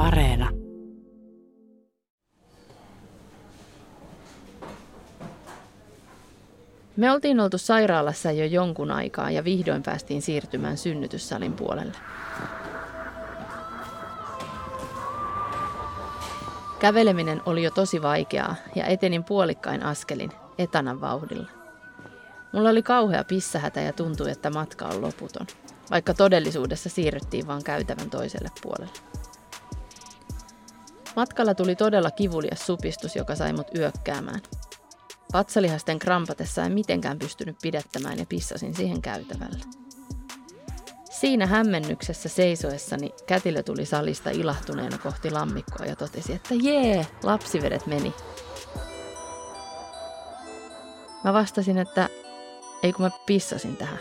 Areena. Me oltiin oltu sairaalassa jo jonkun aikaa ja vihdoin päästiin siirtymään synnytyssalin puolelle. Käveleminen oli jo tosi vaikeaa ja etenin puolikkain askelin etanan vauhdilla. Mulla oli kauhea pissähätä ja tuntui, että matka on loputon, vaikka todellisuudessa siirryttiin vaan käytävän toiselle puolelle. Matkalla tuli todella kivulias supistus, joka sai mut yökkäämään. Vatsalihasten krampatessa en mitenkään pystynyt pidättämään ja pissasin siihen käytävällä. Siinä hämmennyksessä seisoessani kätilö tuli salista ilahtuneena kohti lammikkoa ja totesi, että jee, lapsivedet meni. Mä vastasin, että ei kun mä pissasin tähän.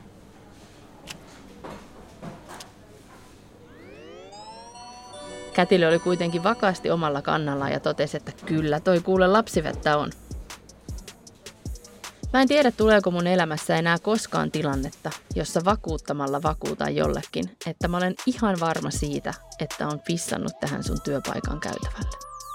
Kätilö oli kuitenkin vakaasti omalla kannallaan ja totesi, että kyllä toi kuule lapsivettä on. Mä en tiedä, tuleeko mun elämässä enää koskaan tilannetta, jossa vakuuttamalla vakuutan jollekin, että mä olen ihan varma siitä, että on pissannut tähän sun työpaikan käytävälle.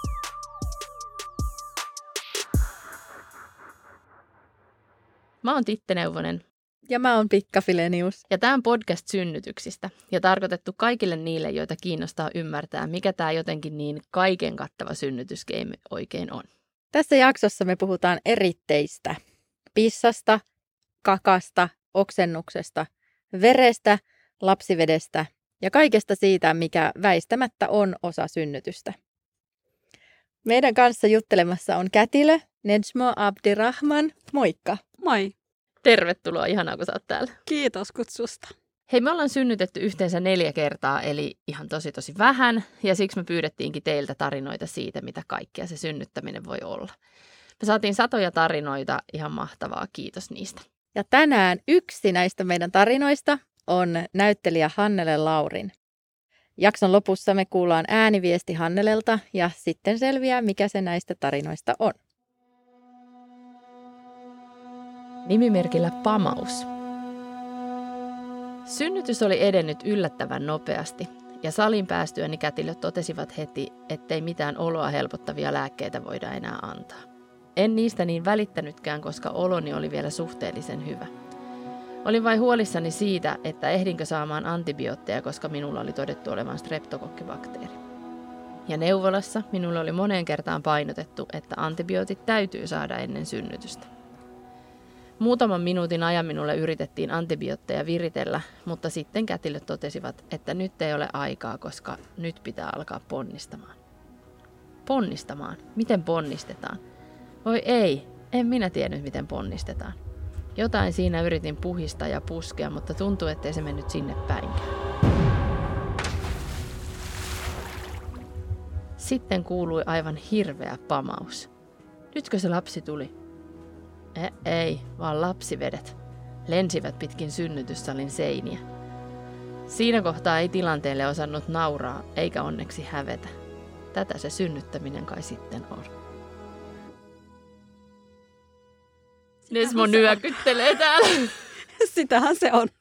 Mä oon Titte Neuvonen. Ja mä oon Pikka Filenius. Ja tää on podcast synnytyksistä ja tarkoitettu kaikille niille, joita kiinnostaa ymmärtää, mikä tää jotenkin niin kaiken kattava synnytysgame oikein on. Tässä jaksossa me puhutaan eritteistä. Pissasta, kakasta, oksennuksesta, verestä, lapsivedestä ja kaikesta siitä, mikä väistämättä on osa synnytystä. Meidän kanssa juttelemassa on kätilö Nejmo Abdirahman. Moikka! Moi! Tervetuloa, ihanaa kun sä oot täällä. Kiitos kutsusta. Hei, me ollaan synnytetty yhteensä 4 kertaa, eli ihan tosi vähän, ja siksi me pyydettiinkin teiltä tarinoita siitä, mitä kaikkea se synnyttäminen voi olla. Me saatiin satoja tarinoita, ihan mahtavaa, kiitos niistä. Ja tänään yksi näistä meidän tarinoista on näyttelijä Hannele Laurin. Jakson lopussa me kuullaan ääniviesti Hannelelta ja sitten selviää, mikä se näistä tarinoista on. Nimimerkillä Pamaus. Synnytys oli edennyt yllättävän nopeasti ja salin päästyäni kätilöt totesivat heti, ettei mitään oloa helpottavia lääkkeitä voida enää antaa. En niistä niin välittänytkään, koska oloni oli vielä suhteellisen hyvä. Olin vain huolissani siitä, että ehdinkö saamaan antibiootteja, koska minulla oli todettu olevan streptokokkibakteeri. Ja neuvolassa minulle oli moneen kertaan painotettu, että antibiootit täytyy saada ennen synnytystä. Muutaman minuutin ajan minulle yritettiin antibiootteja viritellä, mutta sitten kätilöt totesivat, että nyt ei ole aikaa, koska nyt pitää alkaa ponnistamaan. Ponnistamaan? Miten ponnistetaan? Voi ei, en minä tiennyt miten ponnistetaan. Jotain siinä yritin puhistaa ja puskea, mutta tuntui, ettei se mennyt sinne päinkään. Sitten kuului aivan hirveä pamaus. Nytkö se lapsi tuli? Ei, vaan lapsivedet. Lensivät pitkin synnytyssalin seiniä. Siinä kohtaa ei tilanteelle osannut nauraa, eikä onneksi hävetä. Tätä se synnyttäminen kai sitten on. Nejmo nyökyttelee täällä. Sitähän se on.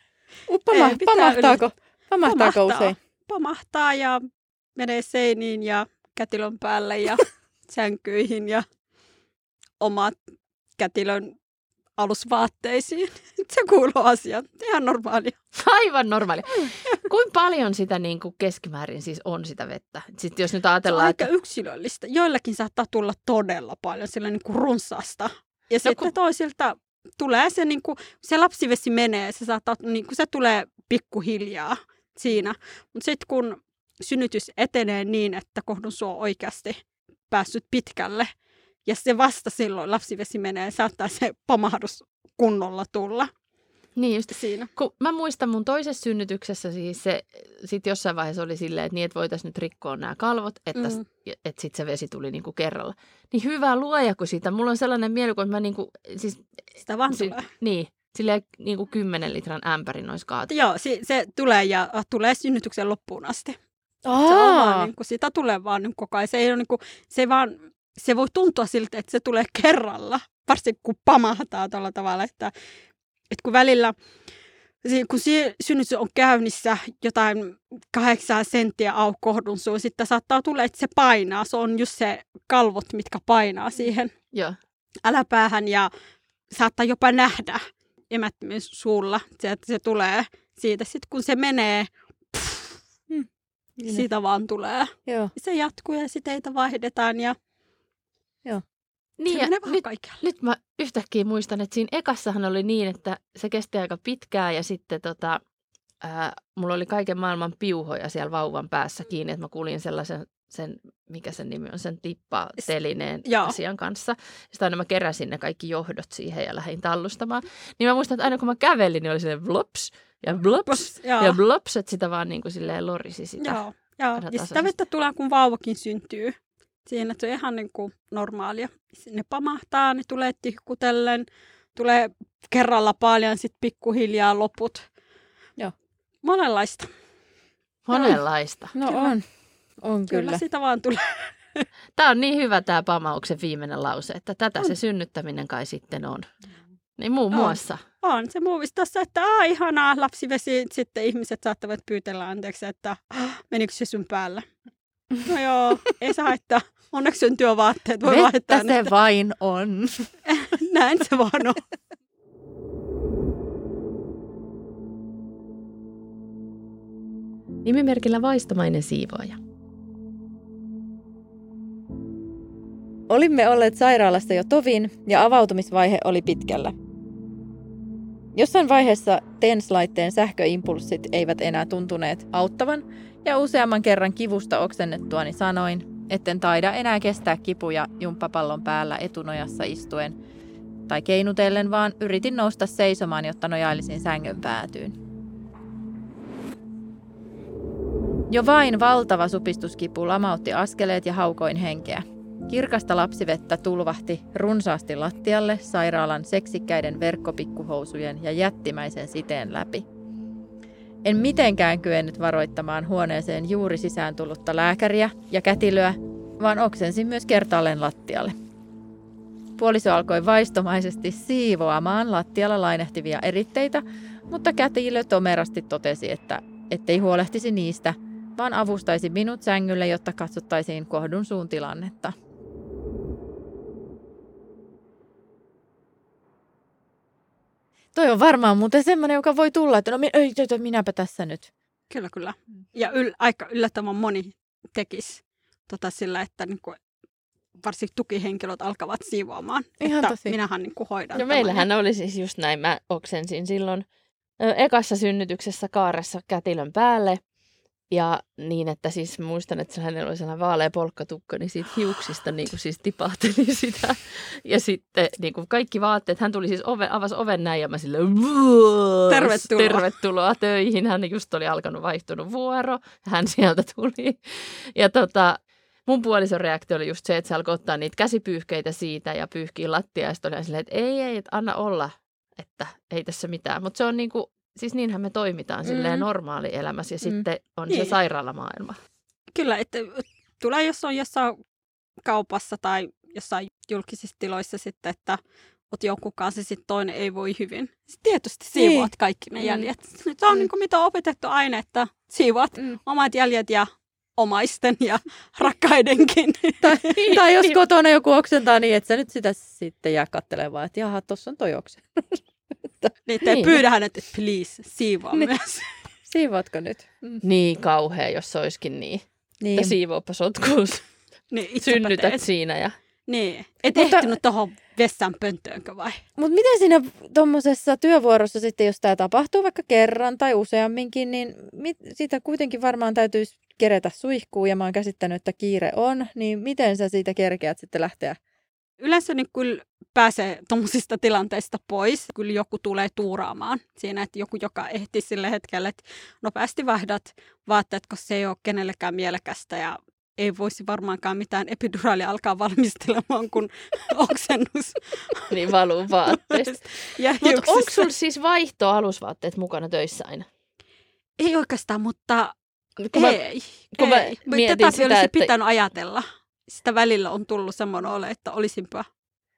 Pamahtaako usein? Pamahtaa ja menee seiniin ja kätilön päälle ja sänkyihin ja omat kätilön alusvaatteisiin. Se kuuluu asiaan. Ihan normaalia. Aivan normaalia. Kuinka paljon sitä niin kuin keskimäärin siis on sitä vettä? Sitten jos nyt ajatellaan, se on aika yksilöllistä. Joillakin saattaa tulla todella paljon sillä niin kuin runsaasta. Ja sitten toisilta tulee se, niin kuin, se lapsivesi menee, se, saattaa, niin kuin, se tulee pikkuhiljaa siinä. Mutta sitten kun synnytys etenee niin, että kohdunsuo on oikeasti päässyt pitkälle, ja se vasta silloin lapsivesi menee, saattaa se pamahdus kunnolla tulla. Niin just siinä. Kun mä muistan mun toisessa synnytyksessä siis se, sit jossain vaiheessa oli silleen, että niin, että voitaisiin nyt rikkoa nämä kalvot, että sitten se vesi tuli niinku kerralla. Niin hyvä luoja, kun siitä. Mulla on sellainen mielikuva, että mä niinku, siis... Sitä vaan tulee. Niin, silleen niinku 10 litran ämpärin olisi kaatunut. Joo, se tulee ja tulee synnytyksen loppuun asti. Se on vaan, niin kuin, sitä tulee vaan niin koko ajan. Se ei ole niin kuin, se voi tuntua siltä, että se tulee kerralla, varsinkin kun pamahtaa tuolla tavalla, että kun välillä kun synnytys on käynnissä jotain 8 senttiä kohdun suun, sitten saattaa tulla, että se painaa. Se on just se kalvot, mitkä painaa siihen äläpäähän ja saattaa jopa nähdä emättömyys suulla, että se tulee siitä. Sitten kun se menee, siitä vaan tulee. Joo. Se jatkuu ja siteitä vaihdetaan ja Niin, se menee vähän kaikkialle. Nyt mä yhtäkkiä muistan, että siinä ekassahan oli niin, että se kesti aika pitkään ja sitten mulla oli kaiken maailman piuhoja siellä vauvan päässä kiinni, että mä kuulin sellaisen, mikä sen nimi on, sen tippatelineen asian kanssa. Sitten aina mä keräsin ne kaikki johdot siihen ja lähdin tallustamaan. Niin mä muistan, että aina kun mä kävelin, niin oli silleen blops ja blops ja blops, että sitä vaan niin kuin silleen lorisi sitä. Joo. Ja sitä vettä tulee, kun vauvakin syntyy. Siinä se on ihan niin kuin normaalia. Ne pamahtaa, ne tulee tihkutellen, tulee kerralla paljon, sitten pikkuhiljaa loput. Joo. Monenlaista. Monenlaista. No on kyllä. Kyllä sitä vaan tulee. Tämä on niin hyvä tämä pamauksen viimeinen lause, että tätä se synnyttäminen kai sitten on. Niin muun muassa. On se muovistassa, että ihanaa lapsivesi. Sitten ihmiset saattavat pyytellä anteeksi, että menikö se sun päällä. No joo, ei saa haittaa. Onneksi on työvaatteet. Voi vettä se nyt. Vain on. Näin se vaan on. Nimimerkillä vaistomainen siivoaja. Olimme olleet sairaalassa jo tovin ja avautumisvaihe oli pitkällä. Jossain vaiheessa TENS-laitteen sähköimpulssit eivät enää tuntuneet auttavan ja useamman kerran kivusta oksennettuani sanoin, etten taida enää kestää kipuja jumppapallon päällä etunojassa istuen tai keinutellen, vaan yritin nousta seisomaan, jotta nojailisin sängyn päätyyn. Jo vain valtava supistuskipu lamautti askeleet ja haukoin henkeä. Kirkasta lapsivettä tulvahti runsaasti lattialle sairaalan seksikkäiden verkkopikkuhousujen ja jättimäisen siteen läpi. En mitenkään kyennyt varoittamaan huoneeseen juuri sisään tullutta lääkäriä ja kätilöä, vaan oksensin myös kertaalleen lattialle. Puoliso alkoi vaistomaisesti siivoamaan lattialla lainehtivia eritteitä, mutta kätilö tomerasti totesi, ettei huolehtisi niistä, vaan avustaisi minut sängylle, jotta katsottaisiin kohdun suun tilannetta. Toi on varmaan muuten semmoinen, joka voi tulla, että minäpä tässä nyt. Kyllä. Ja aika yllättävän moni tekisi sillä, että niinku, varsinkin tukihenkilöt alkavat siivoamaan. Ihan että tosi. Minähän niinku hoidan. Ja meillähän oli siis just näin, mä oksensin silloin ekassa synnytyksessä kaaressa kätilön päälle. Ja niin, että siis muistan, että hänellä oli sellainen vaalea polkkatukka, niin siitä hiuksista niin kuin siis tipahteli sitä. Ja sitten niin kuin kaikki vaatteet, hän tuli siis avasi oven näin ja mä silleen tervetuloa töihin. Hän just oli alkanut vaihtunut vuoro, hän sieltä tuli. Ja mun puolison reaktio oli just se, että se alkoi ottaa niitä käsipyyhkeitä siitä ja pyyhkii lattiaa. Ja sitten oli silleen, että ei, että anna olla, että ei tässä mitään. Mutta se on niin kuin, siis niinhän me toimitaan silleen normaalielämässä ja sitten on se sairaalamaailma. Kyllä, että tulee jos on jossain kaupassa tai jossain julkisissa tiloissa sitten, että oot jonkun kanssa sitten toinen ei voi hyvin. Sitten tietysti siivoat kaikki ne jäljet. Se on niin kuin mitä on opetettu aina, että siivoat omat jäljet ja omaisten ja rakkaidenkin. Tai jos kotona joku oksentaa niin, että sä nyt sitä sitten jää katselemaan, että jaha, tossa on toi oksen. Niin, pyydä hänet, että please, siivoa myös. Siivoatko nyt? Niin kauhea, jos se olisikin niin. Että siivooppa sotkuus. Niin, synnytät siinä. Ja... Niin, et ehtinyt tuohon vessan pönttöönkö vai? Mutta miten siinä tuommoisessa työvuorossa sitten, jos tämä tapahtuu vaikka kerran tai useamminkin, niin siitä kuitenkin varmaan täytyisi kerätä suihkuun ja mä oon käsittänyt, että kiire on, niin miten sä siitä kerkeät sitten lähteä? Yleensä niin kyllä pääsee tuommoisista tilanteista pois. Kyllä joku tulee tuuraamaan siinä, että joku, joka ehti sille hetkelle, että nopeasti vaihdat vaatteet, koska se ei ole kenellekään mielekästä ja ei voisi varmaankaan mitään epiduraalia alkaa valmistelemaan, kun oksennus. Niin valuu vaatteesta. Mutta onko sulla siis alusvaatteet mukana töissä aina? Ei oikeastaan, mutta ei. Mietin tätä sitä, olisi että... pitänyt ajatella. Sitä välillä on tullut semmoinen ole, että olisinpa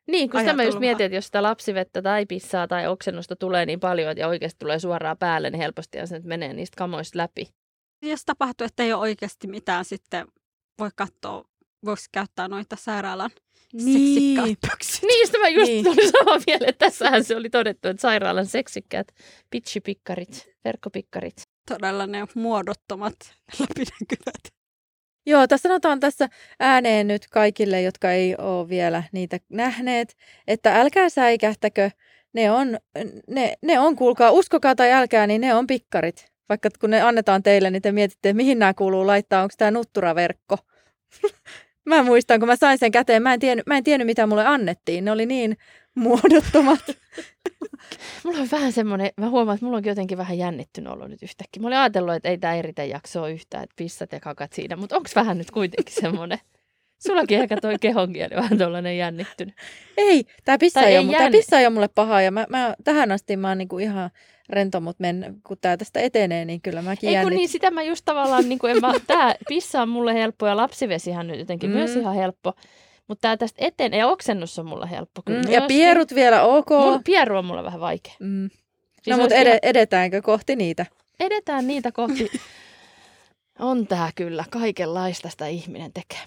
Niin, kun sitä mä just ajatellut. mietin, että jos sitä lapsivettä tai pissaa tai oksennusta tulee niin paljon ja oikeasti tulee suoraan päälle, niin helposti se nyt menee niistä kamoista läpi. Jos tapahtuu, että ei ole oikeasti mitään, sitten voi katsoa, voisi käyttää noita sairaalan seksikkaat pöksyt. Niistä mä just tuli sama mieleen. Tässähän se oli todettu, että sairaalan seksikkäät pitchipikkarit, verkkopikkarit. Todella ne muodottomat läpinäkyvät. Joo, tässä sanotaan tässä ääneen nyt kaikille, jotka ei ole vielä niitä nähneet, että älkää säikähtäkö, ne on, kuulkaa, uskokaa tai älkää, niin ne on pikkarit. Vaikka kun ne annetaan teille, niin te mietitte, mihin nämä kuuluu laittaa, onko tämä nutturaverkko. Mä muistan, kun mä sain sen käteen, mä en tiennyt mitä mulle annettiin, ne oli niin muodottomat. Mulla on vähän semmoinen, mä huomaan, että mulla onkin jotenkin vähän jännittynyt olo nyt yhtäkkiä. Mä olin ajatellut, että ei tää eritä jaksoa yhtään, että pissat ja kakat siinä, mutta onko vähän nyt kuitenkin semmoinen? Sullakin ehkä toi kehonkieli vähän tollainen jännittynyt. Ei, tää pissa ei ole mulle paha ja mä tähän asti mä oon niinku ihan rento, mutta kun tää tästä etenee, niin kyllä mäkin Ei kun niin, sitä mä just tavallaan, tää pissa on mulle helppo ja lapsivesihan nyt jotenkin myös ihan helppo. Mutta tää tästä etenee ja oksennus on mulle helppo. Ja pierut vielä ok. Pieru on mulle vähän vaikea. No mutta edetäänkö kohti niitä? Edetään niitä kohti. On tää kyllä, kaikenlaista sitä ihminen tekee.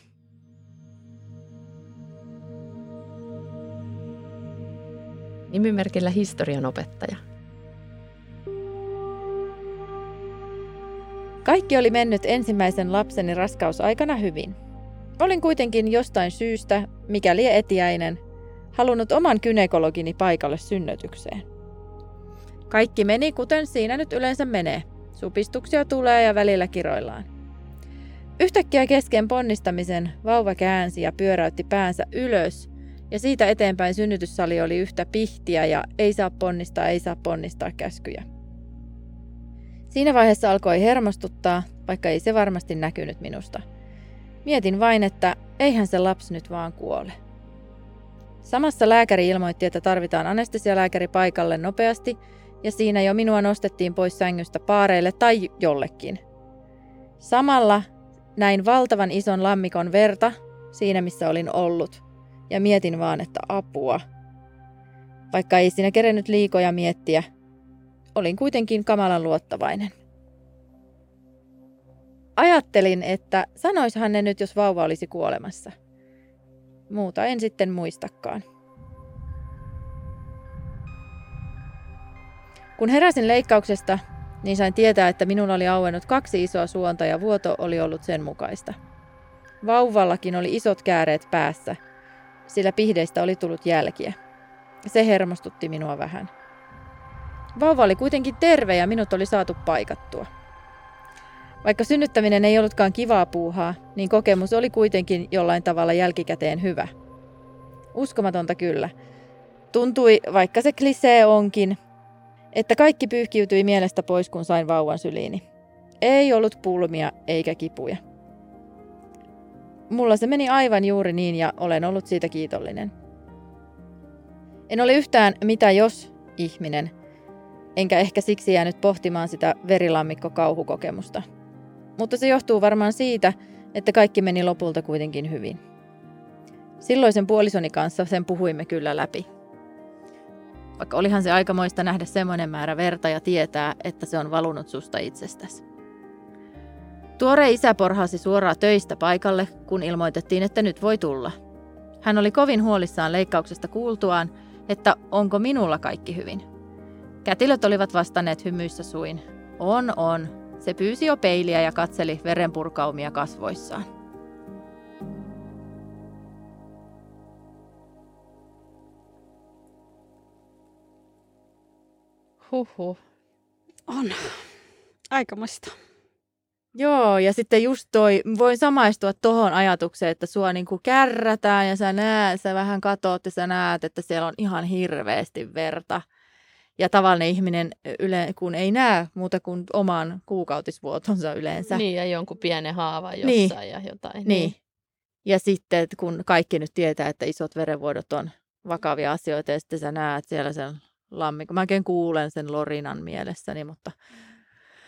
Nimimerkillä historian opettaja. Kaikki oli mennyt ensimmäisen lapseni raskausaikana hyvin. Olin kuitenkin jostain syystä, mikäli etiäinen, halunnut oman gynekologini paikalle synnytykseen. Kaikki meni kuten siinä nyt yleensä menee. Supistuksia tulee ja välillä kiroillaan. Yhtäkkiä kesken ponnistamisen vauva käänsi ja pyöräytti päänsä ylös ja siitä eteenpäin synnytyssali oli yhtä pihtiä ja ei saa ponnistaa käskyjä. Siinä vaiheessa alkoi hermostuttaa, vaikka ei se varmasti näkynyt minusta. Mietin vain, että eihän se lapsi nyt vaan kuole. Samassa lääkäri ilmoitti, että tarvitaan anestesialääkäri paikalle nopeasti, ja siinä jo minua nostettiin pois sängystä paareille tai jollekin. Samalla näin valtavan ison lammikon verta siinä, missä olin ollut, ja mietin vaan, että apua. Vaikka ei siinä kerennyt liikoja miettiä, olin kuitenkin kamalan luottavainen. Ajattelin, että sanoishan ne nyt, jos vauva olisi kuolemassa. Muuta en sitten muistakaan. Kun heräsin leikkauksesta, niin sain tietää, että minulla oli auennut 2 isoa suonta ja vuoto oli ollut sen mukaista. Vauvallakin oli isot kääreet päässä, sillä pihdeistä oli tullut jälkiä. Se hermostutti minua vähän. Vauva oli kuitenkin terve ja minut oli saatu paikattua. Vaikka synnyttäminen ei ollutkaan kivaa puuhaa, niin kokemus oli kuitenkin jollain tavalla jälkikäteen hyvä. Uskomatonta kyllä. Tuntui, vaikka se klisee onkin, että kaikki pyyhkiytyi mielestä pois, kun sain vauvan syliini. Ei ollut pulmia eikä kipuja. Mulla se meni aivan juuri niin ja olen ollut siitä kiitollinen. En ole yhtään mitä jos ihminen, enkä ehkä siksi jäänyt pohtimaan sitä verilammikko-kauhukokemusta. Mutta se johtuu varmaan siitä, että kaikki meni lopulta kuitenkin hyvin. Silloisen puolisoni kanssa sen puhuimme kyllä läpi. Vaikka olihan se aikamoista nähdä semmoinen määrä verta ja tietää, että se on valunut susta itsestäsi. Tuore isä porhasi suoraan töistä paikalle, kun ilmoitettiin, että nyt voi tulla. Hän oli kovin huolissaan leikkauksesta kuultuaan, että onko minulla kaikki hyvin. Kätilöt olivat vastanneet hymyissä suin. On. Se pyysi jo peiliä ja katseli verenpurkaumia kasvoissaan. Huhhuh. On. Aikamoista. Joo, ja sitten just voin samaistua tohon ajatukseen, että sua niinku kärrätään ja sä vähän katot ja sä näet, että siellä on ihan hirveästi verta. Ja tavallinen ihminen, kun ei näe muuta kuin oman kuukautisvuotonsa yleensä. Niin, ja jonkun pienen haavan jossain ja jotain. Niin. Ja sitten, kun kaikki nyt tietää, että isot verenvuodot on vakavia asioita, ja sitten sä näet siellä sen lammikon. Mä oikein kuulen sen lorinan mielessäni, mutta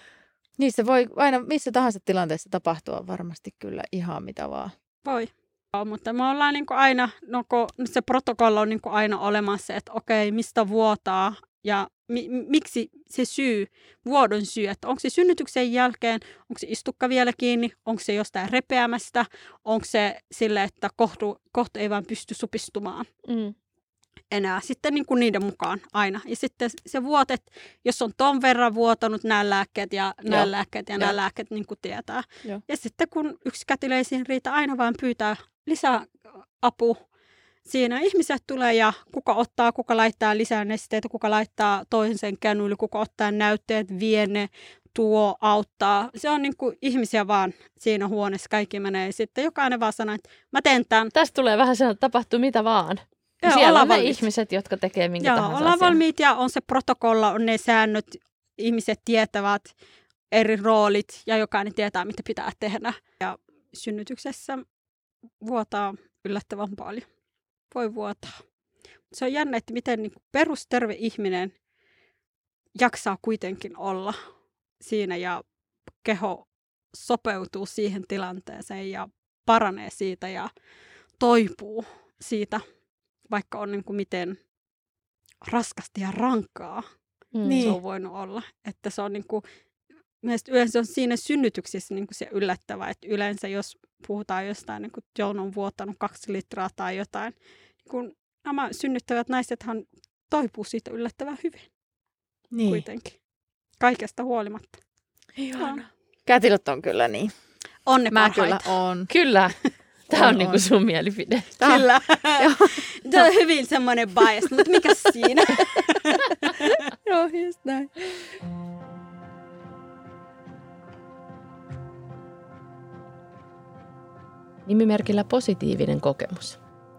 niissä voi aina missä tahansa tilanteessa tapahtua varmasti kyllä ihan mitä vaan. Voi. Mutta me ollaan niin kuin aina, se protokolla on niin kuin aina olemassa, että okei, mistä vuotaa ja miksi se vuodon syy, että onko se synnytyksen jälkeen, onko se istukka vielä kiinni, onko se jostain repeämästä, onko se sille, että kohta ei vaan pysty supistumaan enää. Sitten niin kuin niiden mukaan aina. Ja sitten se vuotet, jos on ton verran vuotanut nämä lääkkeet ja nämä lääkkeet ja nämä lääkkeet niin kuin tietää. Joo. Ja sitten kun yksi kätilö ei siinä riitä, aina vaan pyytää lisää apua. Siinä ihmiset tulee ja kuka laittaa lisää nesteitä, kuka laittaa toisen kännyn, kuka ottaa näytteet, vie ne, tuo, auttaa. Se on niin kuin ihmisiä vaan siinä huoneessa, kaikki menee. Ja sitten jokainen vaan sanoo, että mä teen tämän. Tästä tulee vähän sellainen, että tapahtuu mitä vaan. Joo, siellä on ne ihmiset, jotka tekee minkä tahansa ollaan asian. valmiit ja on se protokolla, on ne säännöt, ihmiset tietävät eri roolit ja jokainen tietää, mitä pitää tehdä. Ja synnytyksessä vuotaa yllättävän paljon. Voi vuotaa. Se on jännä, että miten niin perusterve ihminen jaksaa kuitenkin olla siinä ja keho sopeutuu siihen tilanteeseen ja paranee siitä ja toipuu siitä, vaikka on niin kuin miten raskasta ja rankkaa se on voinut olla. Että se on niin kuin, mielestäni yleensä on siinä synnytyksissä niin kuin se yllättävää, että yleensä jos puhutaan jostain, niin kuin John on vuotanut 2 litraa tai jotain, niin kun nämä synnyttävät naisethan toipuu siitä yllättävän hyvin kuitenkin. Kaikesta huolimatta. Ihana. Kätilöt on kyllä niin. On ne Mä parhaita. kyllä on. Kyllä. Tämä on niinku sun mielipide. Kyllä. Tämä on hyvin semmoinen bias, mutta mikä siinä? Joo, just näin. Nimimerkillä positiivinen kokemus.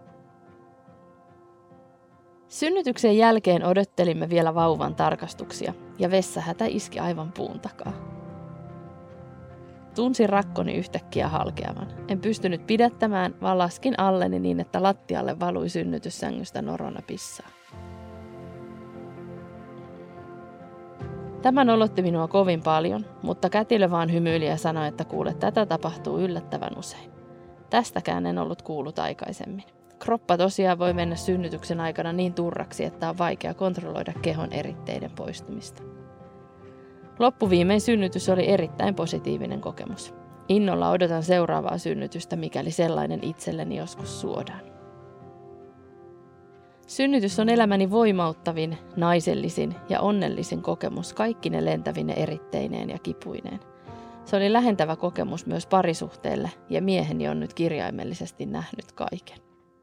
Synnytyksen jälkeen odottelimme vielä vauvan tarkastuksia ja vessahätä iski aivan puun takaa. Tunsin rakkoni yhtäkkiä halkeavan. En pystynyt pidättämään, vaan laskin alleni niin, että lattialle valui synnytyssängystä norona pissaa. Tämä nolotti minua kovin paljon, mutta kätilö vaan hymyili ja sanoi, että kuule, tätä tapahtuu yllättävän usein. Tästäkään en ollut kuullut aikaisemmin. Kroppa tosiaan voi mennä synnytyksen aikana niin turraksi, että on vaikea kontrolloida kehon eritteiden poistumista. Loppuviimein synnytys oli erittäin positiivinen kokemus. Innolla odotan seuraavaa synnytystä, mikäli sellainen itselleni joskus suodaan. Synnytys on elämäni voimauttavin, naisellisin ja onnellisin kokemus kaikkine lentävine eritteineen ja kipuineen. Se oli lähentävä kokemus myös parisuhteelle ja mieheni on nyt kirjaimellisesti nähnyt kaiken.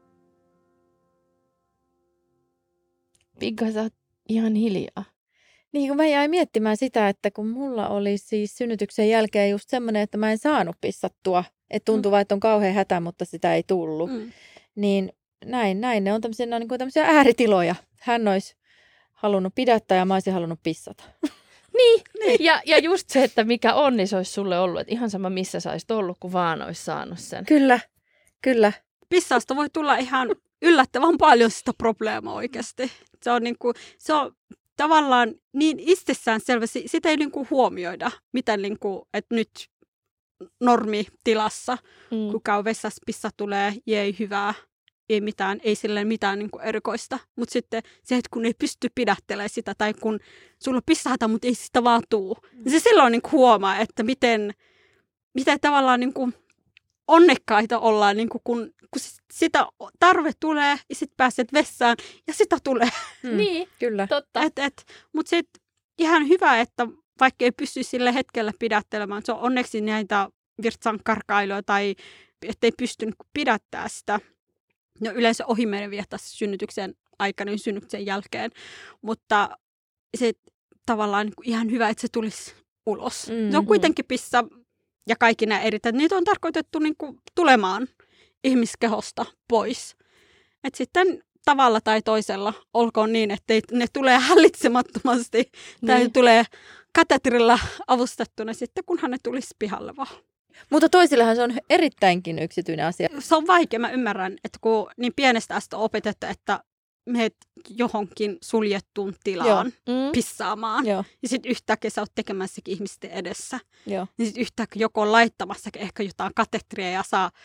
Pigga, sä oot ihan hiljaa. Niin kun mä jäin miettimään sitä, että kun mulla oli siis synnytyksen jälkeen just semmoinen, että mä en saanut pissattua, että tuntui vaan, että on kauhean hätä, mutta sitä ei tullut. Niin näin, ne on tämmöisiä ääritiloja. Hän olisi halunnut pidättää ja mä olisin halunnut pissata. Niin. Ja just se, että mikä onni se olisi sulle ollut, että ihan sama missä sä olisit ollut, kun vaan olisi saanut sen. Kyllä. Pissausta voi tulla ihan yllättävän paljon sitä probleemaa oikeasti. Se on tavallaan niin itsessään selvä, sitä ei niinku huomioida, miten niinku, että nyt normitilassa, kun käy vessassa, pissa tulee, ei hyvää, ei mitään, ei silleen mitään niinku erikoista. Mutta sitten se, että kun ei pysty pidättelemään sitä, tai kun sulla pissahata, mutta ei sitä vaan tuu, niin se silloin niinku huomaa, että miten tavallaan niinku onnekkaita ollaan, niinku kun sitä tarve tulee ja sitten pääset vessaan ja sitä tulee. Niin, kyllä. Totta. Mutta sitten ihan hyvä, että vaikka ei pysty sille hetkellä pidättelemään, se on onneksi näitä virtsankarkailuja tai ettei pysty pidättämään sitä. No yleensä ohimeneviä tässä synnytyksen aikana ja synnytyksen jälkeen, mutta se tavallaan ihan hyvä, että se tulisi ulos. Se on kuitenkin pissa ja kaikki nämä erittäin, niitä on tarkoitettu niinku tulemaan ihmiskehosta pois. Et sitten tavalla tai toisella olkoon niin, että ne tulee hällitsemattomasti tai tulee katetrilla avustettuna sitten, kunhan ne tulisi pihalle vaan. Mutta toisillehan se on erittäinkin yksityinen asia. Se on vaikea, mä ymmärrän, että kun niin pienestä asti on opetettu, että menet johonkin suljettuun tilaan pissaamaan. Joo. Ja sitten yhtäkkiä sä oot tekemässäkin ihmisten edessä. Joo. Niin sitten yhtäkkiä joku on laittamassakin ehkä jotain katetria ja saa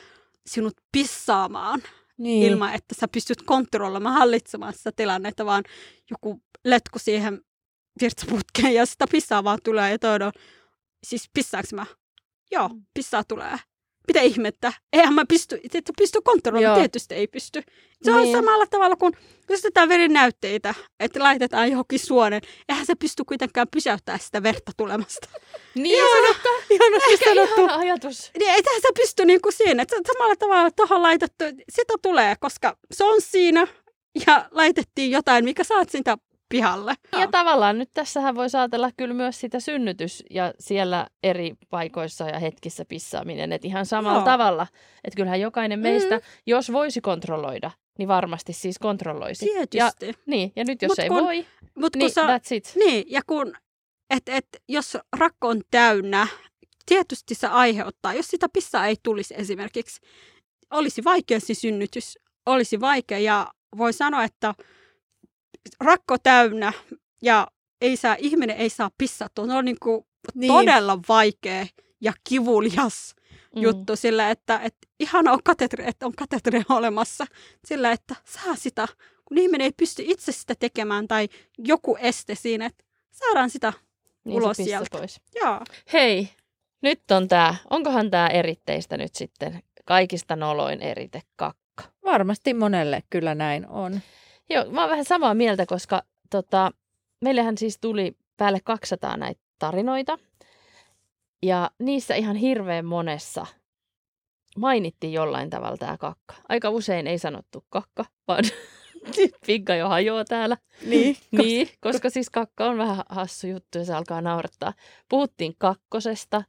sinut pissaamaan Niin. ilman, että sä pystyt kontrolloimaan, hallitsemaan sitä tilannetta, vaan joku letku siihen virtsaputkeen ja sitä pissaa vaan tulee ja toivon, siis pissaanko mä? Joo, pissaa tulee. Mitä ihmettä? Eihän mä pysty kontrolloimaan, tietysti ei pysty. Se on samalla tavalla kuin jos otetaan verinäytteitä, että laitetaan johonkin suonen. Eihän se pysty kuitenkaan pysäyttämään sitä verta tulemasta. Niin, ihana ajatus. Niin, eihän se pysty niin kuin siinä. Että samalla tavalla tuohon laitettu, sitä tulee, koska se on siinä ja laitettiin jotain, mikä saat sitä pihalle. Ja tavallaan nyt tässähän voi ajatella kyllä myös sitä synnytys ja siellä eri paikoissa ja hetkissä pissaaminen. Että ihan samalla tavalla. Että kyllähän jokainen meistä, jos voisi kontrolloida, niin varmasti siis kontrolloisi. Tietysti. Ja nyt jos ei voi, niin that's it. Niin, ja kun, jos rakko on täynnä, tietysti se aiheuttaa, jos sitä pissaa ei tulisi esimerkiksi, olisi vaikea se synnytys, olisi vaikea ja voi sanoa, että rakko täynnä ja ihminen ei saa pissattua. Se on todella vaikea ja kivulias juttu sillä, että ihana on katetri olemassa sillä, että saa sitä, kun ihminen ei pysty itse sitä tekemään tai joku este siinä, että saadaan sitä ulos sieltä. Pois. Joo. Hei, nyt on onkohan tämä eritteistä nyt sitten kaikista noloin erite kakka? Varmasti monelle kyllä näin on. Joo, mä oon vähän samaa mieltä, koska meillähän siis tuli päälle 200 näitä tarinoita. Ja niissä ihan hirveän monessa mainittiin jollain tavalla tämä kakka. Aika usein ei sanottu kakka, vaan Pigga jo hajoaa täällä. Niin, koska siis kakka on vähän hassu juttu ja se alkaa naurattaa. Puhuttiin kakkosesta.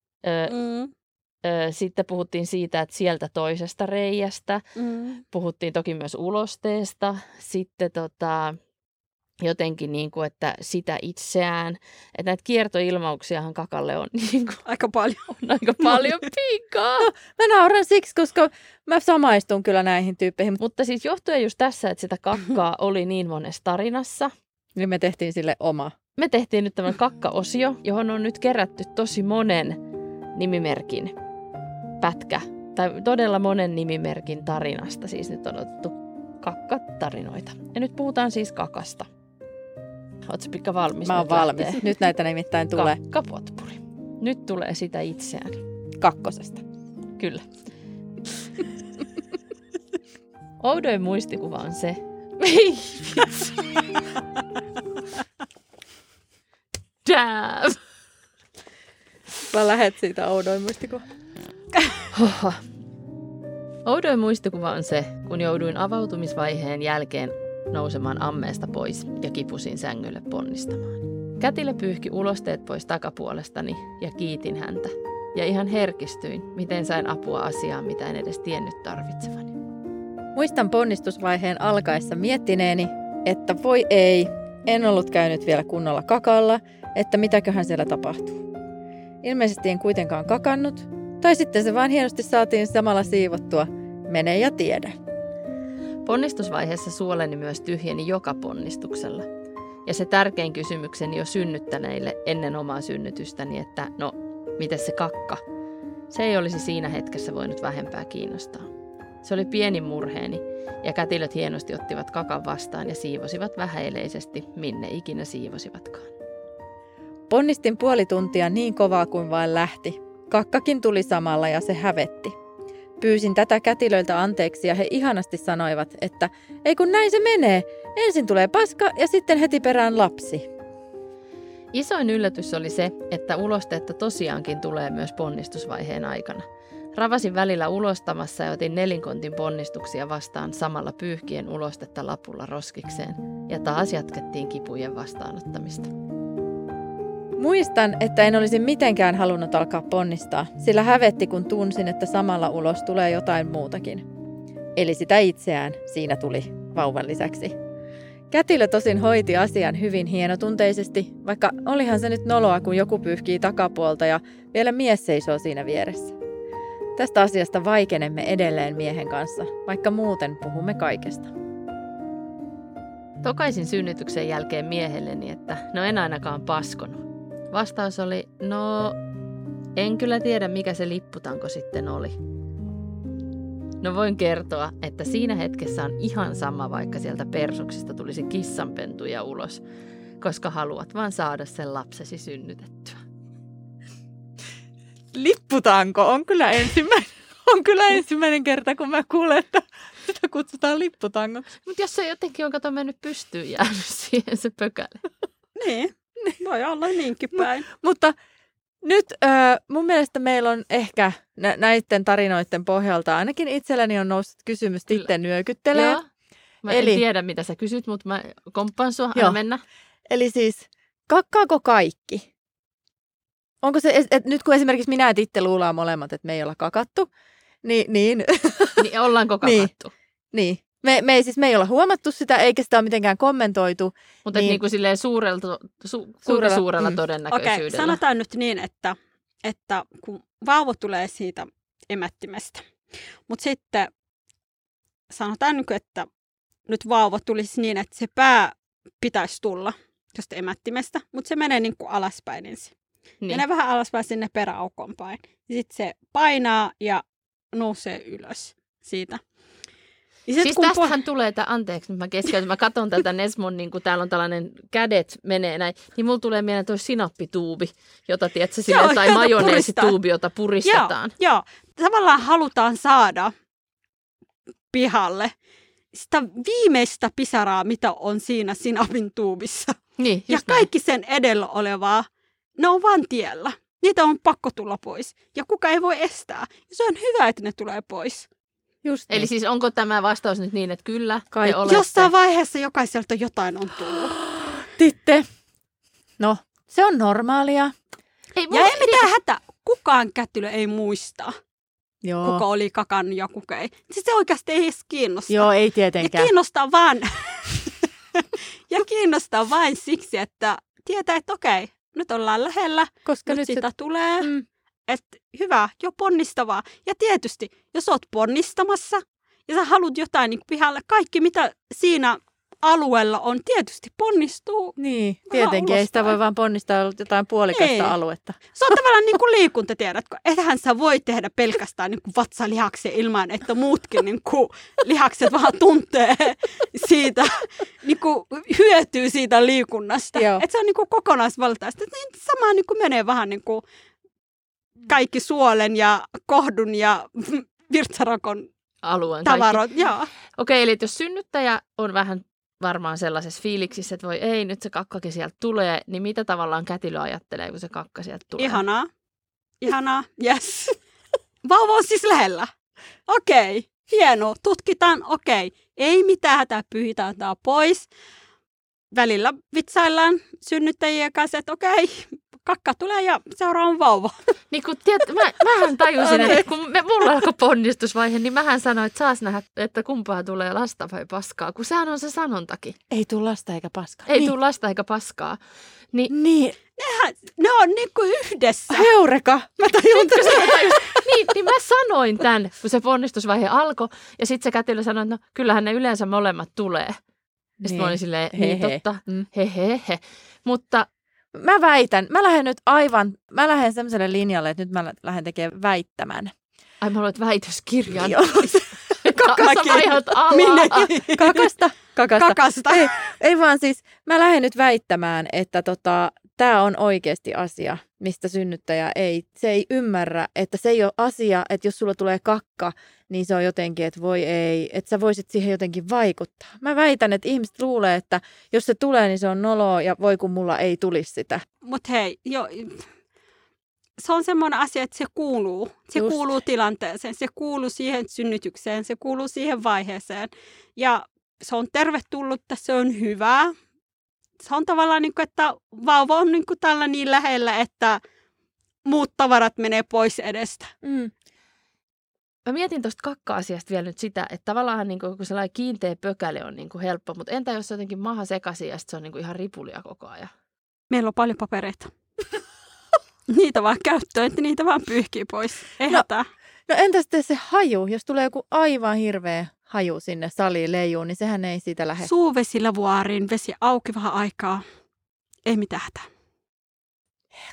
Sitten puhuttiin siitä, että sieltä toisesta reiästä. Puhuttiin toki myös ulosteesta. Sitten jotenkin niin kuin, että sitä itseään. Että näitä kiertoilmauksiahan kakalle on niin kuin, aika paljon Piggaa. No, mä nauran siksi, koska mä samaistun kyllä näihin tyyppeihin. Mutta siis johtuen just tässä, että sitä kakkaa oli niin monessa tarinassa. Niin me tehtiin sille oma. Me tehtiin nyt tämän kakka-osio, johon on nyt kerätty tosi monen nimimerkin pätkä. Tai todella monen nimimerkin tarinasta. Siis nyt on otettu kakkatarinoita. Ja nyt puhutaan siis kakasta. Ootko Pekka valmis? Mä oon valmis. Nyt näitä nimittäin tulee. Kakkapotpuri. Nyt tulee sitä itseään. Kakkosesta. Kyllä. Oudoin muistikuva on se. Ei vitsi. Damn. Mä lähet siitä oudoin muistikuva. Oudoin muistikuva on se, kun jouduin avautumisvaiheen jälkeen nousemaan ammeesta pois ja kipusin sängylle ponnistamaan. Kätilö pyyhki ulosteet pois takapuolestani ja kiitin häntä. Ja ihan herkistyin, miten sain apua asiaan, mitä en edes tiennyt tarvitsevani. Muistan ponnistusvaiheen alkaessa miettineeni, että voi ei, en ollut käynyt vielä kunnolla kakalla, että mitäköhän siellä tapahtuu. Ilmeisesti en kuitenkaan kakannut, tai sitten se vaan hienosti saatiin samalla siivottua. Mene ja tiedä. Ponnistusvaiheessa suoleni myös tyhjeni joka ponnistuksella. Ja se tärkein kysymykseni jo synnyttäneille ennen omaa synnytystäni, että no, miten se kakka? Se ei olisi siinä hetkessä voinut vähempää kiinnostaa. Se oli pieni murheeni, ja kätilöt hienosti ottivat kakan vastaan ja siivosivat vähäileisesti, minne ikinä siivosivatkaan. Ponnistin puoli tuntia niin kovaa kuin vain lähti. Kakkakin tuli samalla ja se hävetti. Pyysin tätä kätilöiltä anteeksi ja he ihanasti sanoivat, että ei kun näin se menee. Ensin tulee paska ja sitten heti perään lapsi. Isoin yllätys oli se, että ulosteetta tosiaankin tulee myös ponnistusvaiheen aikana. Ravasin välillä ulostamassa ja otin nelinkontin ponnistuksia vastaan samalla pyyhkien ulostetta lapulla roskikseen. Ja taas jatkettiin kipujen vastaanottamista. Muistan, että en olisi mitenkään halunnut alkaa ponnistaa, sillä hävetti kun tunsin, että samalla ulos tulee jotain muutakin. Eli sitä itseään siinä tuli vauvan lisäksi. Kätilö tosin hoiti asian hyvin hienotunteisesti, vaikka olihan se nyt noloa, kun joku pyyhkii takapuolta ja vielä mies seisoo siinä vieressä. Tästä asiasta vaikenemme edelleen miehen kanssa, vaikka muuten puhumme kaikesta. Tokaisin synnytyksen jälkeen miehelleni, että no en ainakaan paskonut. Vastaus oli, no en kyllä tiedä mikä se lipputanko sitten oli. No voin kertoa, että siinä hetkessä on ihan sama, vaikka sieltä persuksista tulisi kissanpentuja ulos, koska haluat vaan saada sen lapsesi synnytettyä. Lipputanko on kyllä ensimmäinen kerta, kun mä kuulen, että sitä kutsutaan lipputangoksi. Mutta jos se jotenkin on mennyt pystyyn jäänyt siihen se pökäle. Niin, voi olla niinkin päin. Mutta nyt mun mielestä meillä on ehkä näiden tarinoiden pohjalta, ainakin itselläni on noussut kysymys, sitten nyökyttelee. Joo. Mä en tiedä, mitä sä kysyt, mutta mä komppaan sua. Anna mennä. Eli siis, kakkaako kaikki? Onko se, että nyt kun esimerkiksi minä ja Titte luullaan molemmat, että me ei olla kakattu, niin... Niin ollaanko kakattu? Niin. Me ei olla huomattu sitä, eikä sitä ole mitenkään kommentoitu. Mutta niin kuin silleen suurella todennäköisyydellä. Okei, sanotaan nyt niin, että kun vauva tulee siitä emättimestä, mutta sitten sanotaan, että nyt vauva tulisi niin, että se pää pitäisi tulla tuosta emättimestä, mutta se menee niin kuin alaspäin ensin. Niin. Menee vähän alaspäin sinne peräaukon päin. Sitten se painaa ja nousee ylös siitä. Siis tästähän tulee, anteeksi, nyt mä keskeytän, mä katson tätä Nesmon, niin kun täällä on tällainen kädet menee näin, niin mulla tulee mieleen tuo sinappituubi, jota tiedätkö silleen, tai majoneesituubi, jota puristetaan. Joo, tavallaan halutaan saada pihalle sitä viimeistä pisaraa, mitä on siinä sinapin tuubissa. Niin, ja kaikki sen edellä olevaa, ne on vaan tiellä. Niitä on pakko tulla pois. Ja kuka ei voi estää. Ja se on hyvä, että ne tulee pois. Just niin. Eli siis onko tämä vastaus nyt niin, että kyllä te olette? Jossain vaiheessa jokaiselta jotain on tullut. Titte. No, se on normaalia. Ei mitään hätä. Kukaan kätilö ei muista, kuka oli kakannut ja kuka ei. Se oikeasti ei edes kiinnosta. Joo, ei tietenkään. Ja kiinnostaa vain siksi, että tietää, että okei, nyt ollaan lähellä, koska nyt sitä tulee. Että hyvä, jo ponnistavaa. Ja tietysti, jos oot ponnistamassa ja sä haluat jotain niin pihalle, kaikki mitä siinä alueella on, tietysti ponnistuu. Niin, tietenkin. Ei sitä voi vaan ponnistaa jotain puolikasta aluetta. Se on tavallaan niin kuin liikunta, tiedätkö? Ethän sä voi tehdä pelkästään niin kuin vatsalihaksia ilman, että muutkin niin kuin lihakset vähän tuntee siitä, niin kuin hyötyy siitä liikunnasta. Että se on niin kuin kokonaisvaltaista. Niin sama niin kuin menee vähän niin kuin kaikki suolen ja kohdun ja virtsarakon alueen tavarat. Okei, eli jos synnyttäjä on vähän varmaan sellaisessa fiiliksissä, että voi ei, nyt se kakkakin sieltä tulee, niin mitä tavallaan kätilö ajattelee, kun se kakka sieltä tulee? Ihanaa, yes. Vauva on siis lähellä. Okei, hienoa, tutkitaan, ei mitään hätää, pyyhitään tämä pois. Välillä vitsaillaan synnyttäjien kanssa, että kakka tulee ja seuraava vauva. Niin kun mähän tajusin, että kun mulla alkoi ponnistusvaihe, niin mähän sanoin, että saas nähdä, että kumpaa tulee lasta vai paskaa, kun sehän on se sanontakin. Ei tule lasta eikä paskaa. Ei tule lasta eikä paskaa. Niin. Ne on niinku yhdessä. Heureka! Mä tajun niin mä sanoin tämän, kun se ponnistusvaihe alkoi, ja sitten se kätilö sanoi, että no kyllähän ne yleensä molemmat tulee. Ja sitten mä olin silleen, niin totta, he. Mutta mä lähden semmoiselle linjalle, että nyt mä lähden tekemään väittämän. Ai mä luulen, väitöskirjan. Kakasta. Ei vaan siis, mä lähden nyt väittämään, että tämä on oikeasti asia, mistä synnyttäjä se ei ymmärrä, että se ei ole asia, että jos sulla tulee kakka, niin se on jotenkin, että voi ei, että sä voisit siihen jotenkin vaikuttaa. Mä väitän, että ihmiset luulee, että jos se tulee, niin se on noloa ja voi kun mulla ei tulisi sitä. Mut hei, se on semmoinen asia, että se kuuluu. Se kuuluu tilanteeseen, se kuuluu siihen synnytykseen, se kuuluu siihen vaiheeseen. Ja se on tervetullutta, se on hyvää. Se on tavallaan niin kuin, että vauva on niin kuin tällä niin lähellä, että muut tavarat menee pois edestä. Mä mietin tuosta kakka-asiasta vielä nyt sitä, että tavallaan niin kun sellainen kiinteä pökäle on niin helppo, mutta entä jos se on jotenkin maha sekaisin ja se on niin ihan ripulia koko ajan? Meillä on paljon papereita. Niitä vaan käyttöön, että niitä vaan pyyhkii pois. Ei hätää. No entä sitten se haju, jos tulee joku aivan hirveä haju sinne saliin leijuun, niin sehän ei siitä lähde. Suuvesilavuaariin, vesi auki vähän aikaa. Ei mitään hätää.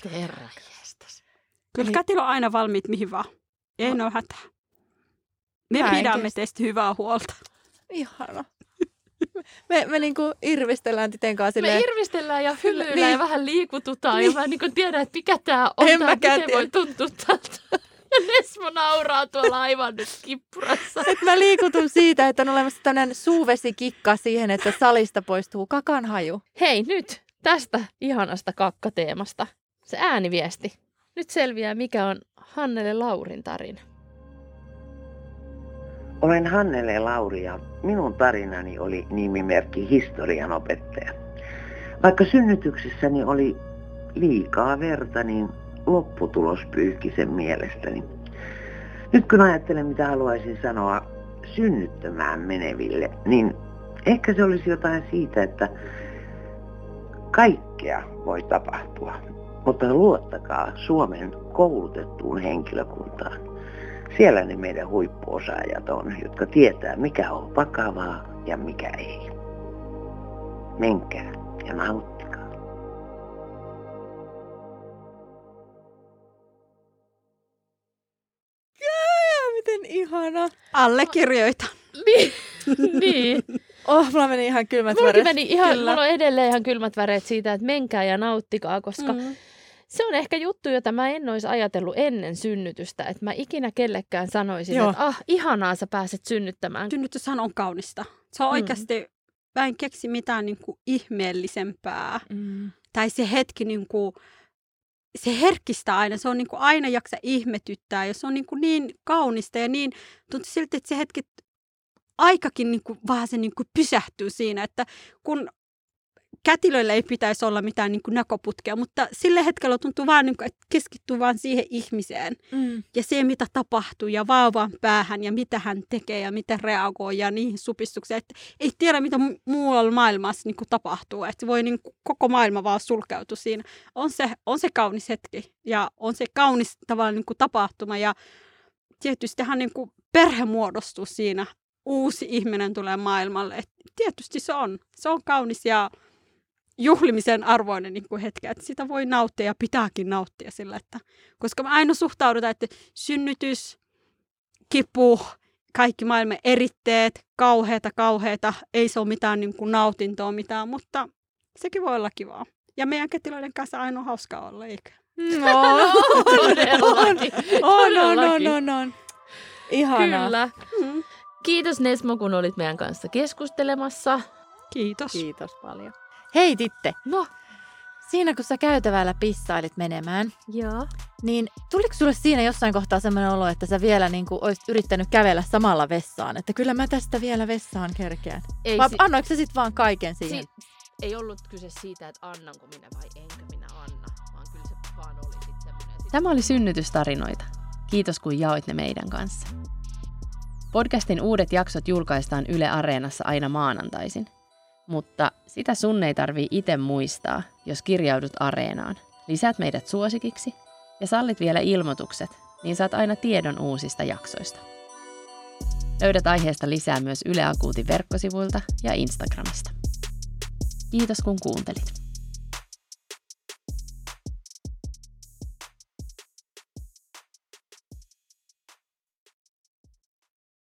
Herranjestas. Kyllä kätilö on aina valmiit mihin vaan. Ei ole hätää. Me pidämme teistä hyvää huolta. Ihana. Me niinku irvistellään Titen kanssa silleen. Me irvistellään ja hymyillään ja vähän liikututaan. Ja mä niinku tiedän, että mikä tää on. Miten voi tuntua tältä. Ja Nesmo nauraa tuolla aivan nyt kippurassa. Mä liikutun siitä, että on olemassa tämmöinen suuvesikikka siihen, että salista poistuu kakan haju. Hei nyt tästä ihanasta kakkateemasta. Se ääniviesti. Nyt selviää, mikä on Hannele Laurin tarina. Olen Hannele Lauri ja minun tarinani oli nimimerkki historianopettaja. Vaikka synnytyksessäni oli liikaa verta, niin lopputulos pyyhki sen mielestäni. Nyt kun ajattelen, mitä haluaisin sanoa synnyttämään meneville, niin ehkä se olisi jotain siitä, että kaikkea voi tapahtua. Mutta luottakaa Suomen koulutettuun henkilökuntaan. Siellä ne meidän huippuosaajat on, jotka tietää, mikä on vakavaa ja mikä ei. Menkää ja nauttikaa. Miten ihana. Allekirjoita. Niin. Mulla meni ihan kylmät väreet. Mulla on edelleen ihan kylmät väreet siitä, että menkää ja nauttikaa, koska se on ehkä juttu, jota mä en olisi ajatellut ennen synnytystä. Että mä ikinä kellekään sanoisin, että ihanaa sä pääset synnyttämään. Synnytyshän on kaunista. Se on oikeasti, mä en keksi mitään niinku ihmeellisempää. Tai se hetki niinku, se herkistää aina. Se on niinku aina jaksa ihmetyttää ja se on niinku niin kaunista ja niin tuntuu siltä, että se hetki aikakin niinku, vähän se niinku pysähtyy siinä, että kun kätilöillä ei pitäisi olla mitään niinku näköputkea, mutta sillä hetkellä tuntuu vaan, niinku, että keskittyy vaan siihen ihmiseen ja siihen, mitä tapahtuu ja vauvan päähän ja mitä hän tekee ja miten reagoi ja niihin supistuksiin. Että ei tiedä, mitä muualla maailmassa niinku tapahtuu, että voi niinku koko maailma vaan sulkeutua siinä. On se kaunis hetki ja on se kaunis tavallaan niinku tapahtuma ja tietystihan niinku perhe muodostuu siinä. Uusi ihminen tulee maailmalle. Et tietysti se on kaunis ja juhlimisen arvoinen niin kuin hetki, että sitä voi nauttia ja pitääkin nauttia sillä, että koska me aina suhtaudutaan, että synnytys, kipu, kaikki maailman eritteet, kauheata, ei se ole mitään niin kuin nautintoa mitään, mutta sekin voi olla kivaa. Ja meidän kätilöiden kanssa aina on hauskaa olla, eikö? No, todellakin. On. Ihanaa. Kyllä. Kiitos Nesmo, kun olit meidän kanssa keskustelemassa. Kiitos. Kiitos paljon. Hei Titte, No. Siinä kun sä käytävällä pissailit menemään, Joo. niin tuliko sulle siinä jossain kohtaa sellainen olo, että sä vielä niin kuin olisit yrittänyt kävellä samalla vessaan? Että kyllä mä tästä vielä vessaan kerkeän. Vai annoiko sä sit vaan kaiken siihen? Ei ollut kyse siitä, että annanko minä vai enkö minä anna, vaan kyllä se vaan oli sitten semmoinen. Tämä oli Synnytystarinoita. Kiitos kun jaoit ne meidän kanssa. Podcastin uudet jaksot julkaistaan Yle Areenassa aina maanantaisin. Mutta sitä sun ei tarvii itse muistaa, jos kirjaudut Areenaan. Lisäät meidät suosikiksi ja sallit vielä ilmoitukset, niin saat aina tiedon uusista jaksoista. Löydät aiheesta lisää myös Yle Akuutin verkkosivuilta ja Instagramista. Kiitos kun kuuntelit.